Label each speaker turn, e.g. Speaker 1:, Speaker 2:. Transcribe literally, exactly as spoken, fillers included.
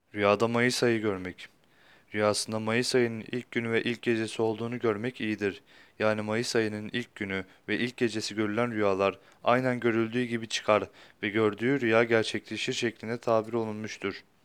Speaker 1: Rüyada Mayıs ayı görmek. Rüyasında Mayıs ayının ilk günü ve ilk gecesi olduğunu görmek iyidir. Yani Mayıs ayının ilk günü ve ilk gecesi görülen rüyalar aynen görüldüğü gibi çıkar ve gördüğü rüya gerçekleşir şeklinde tabir olunmuştur.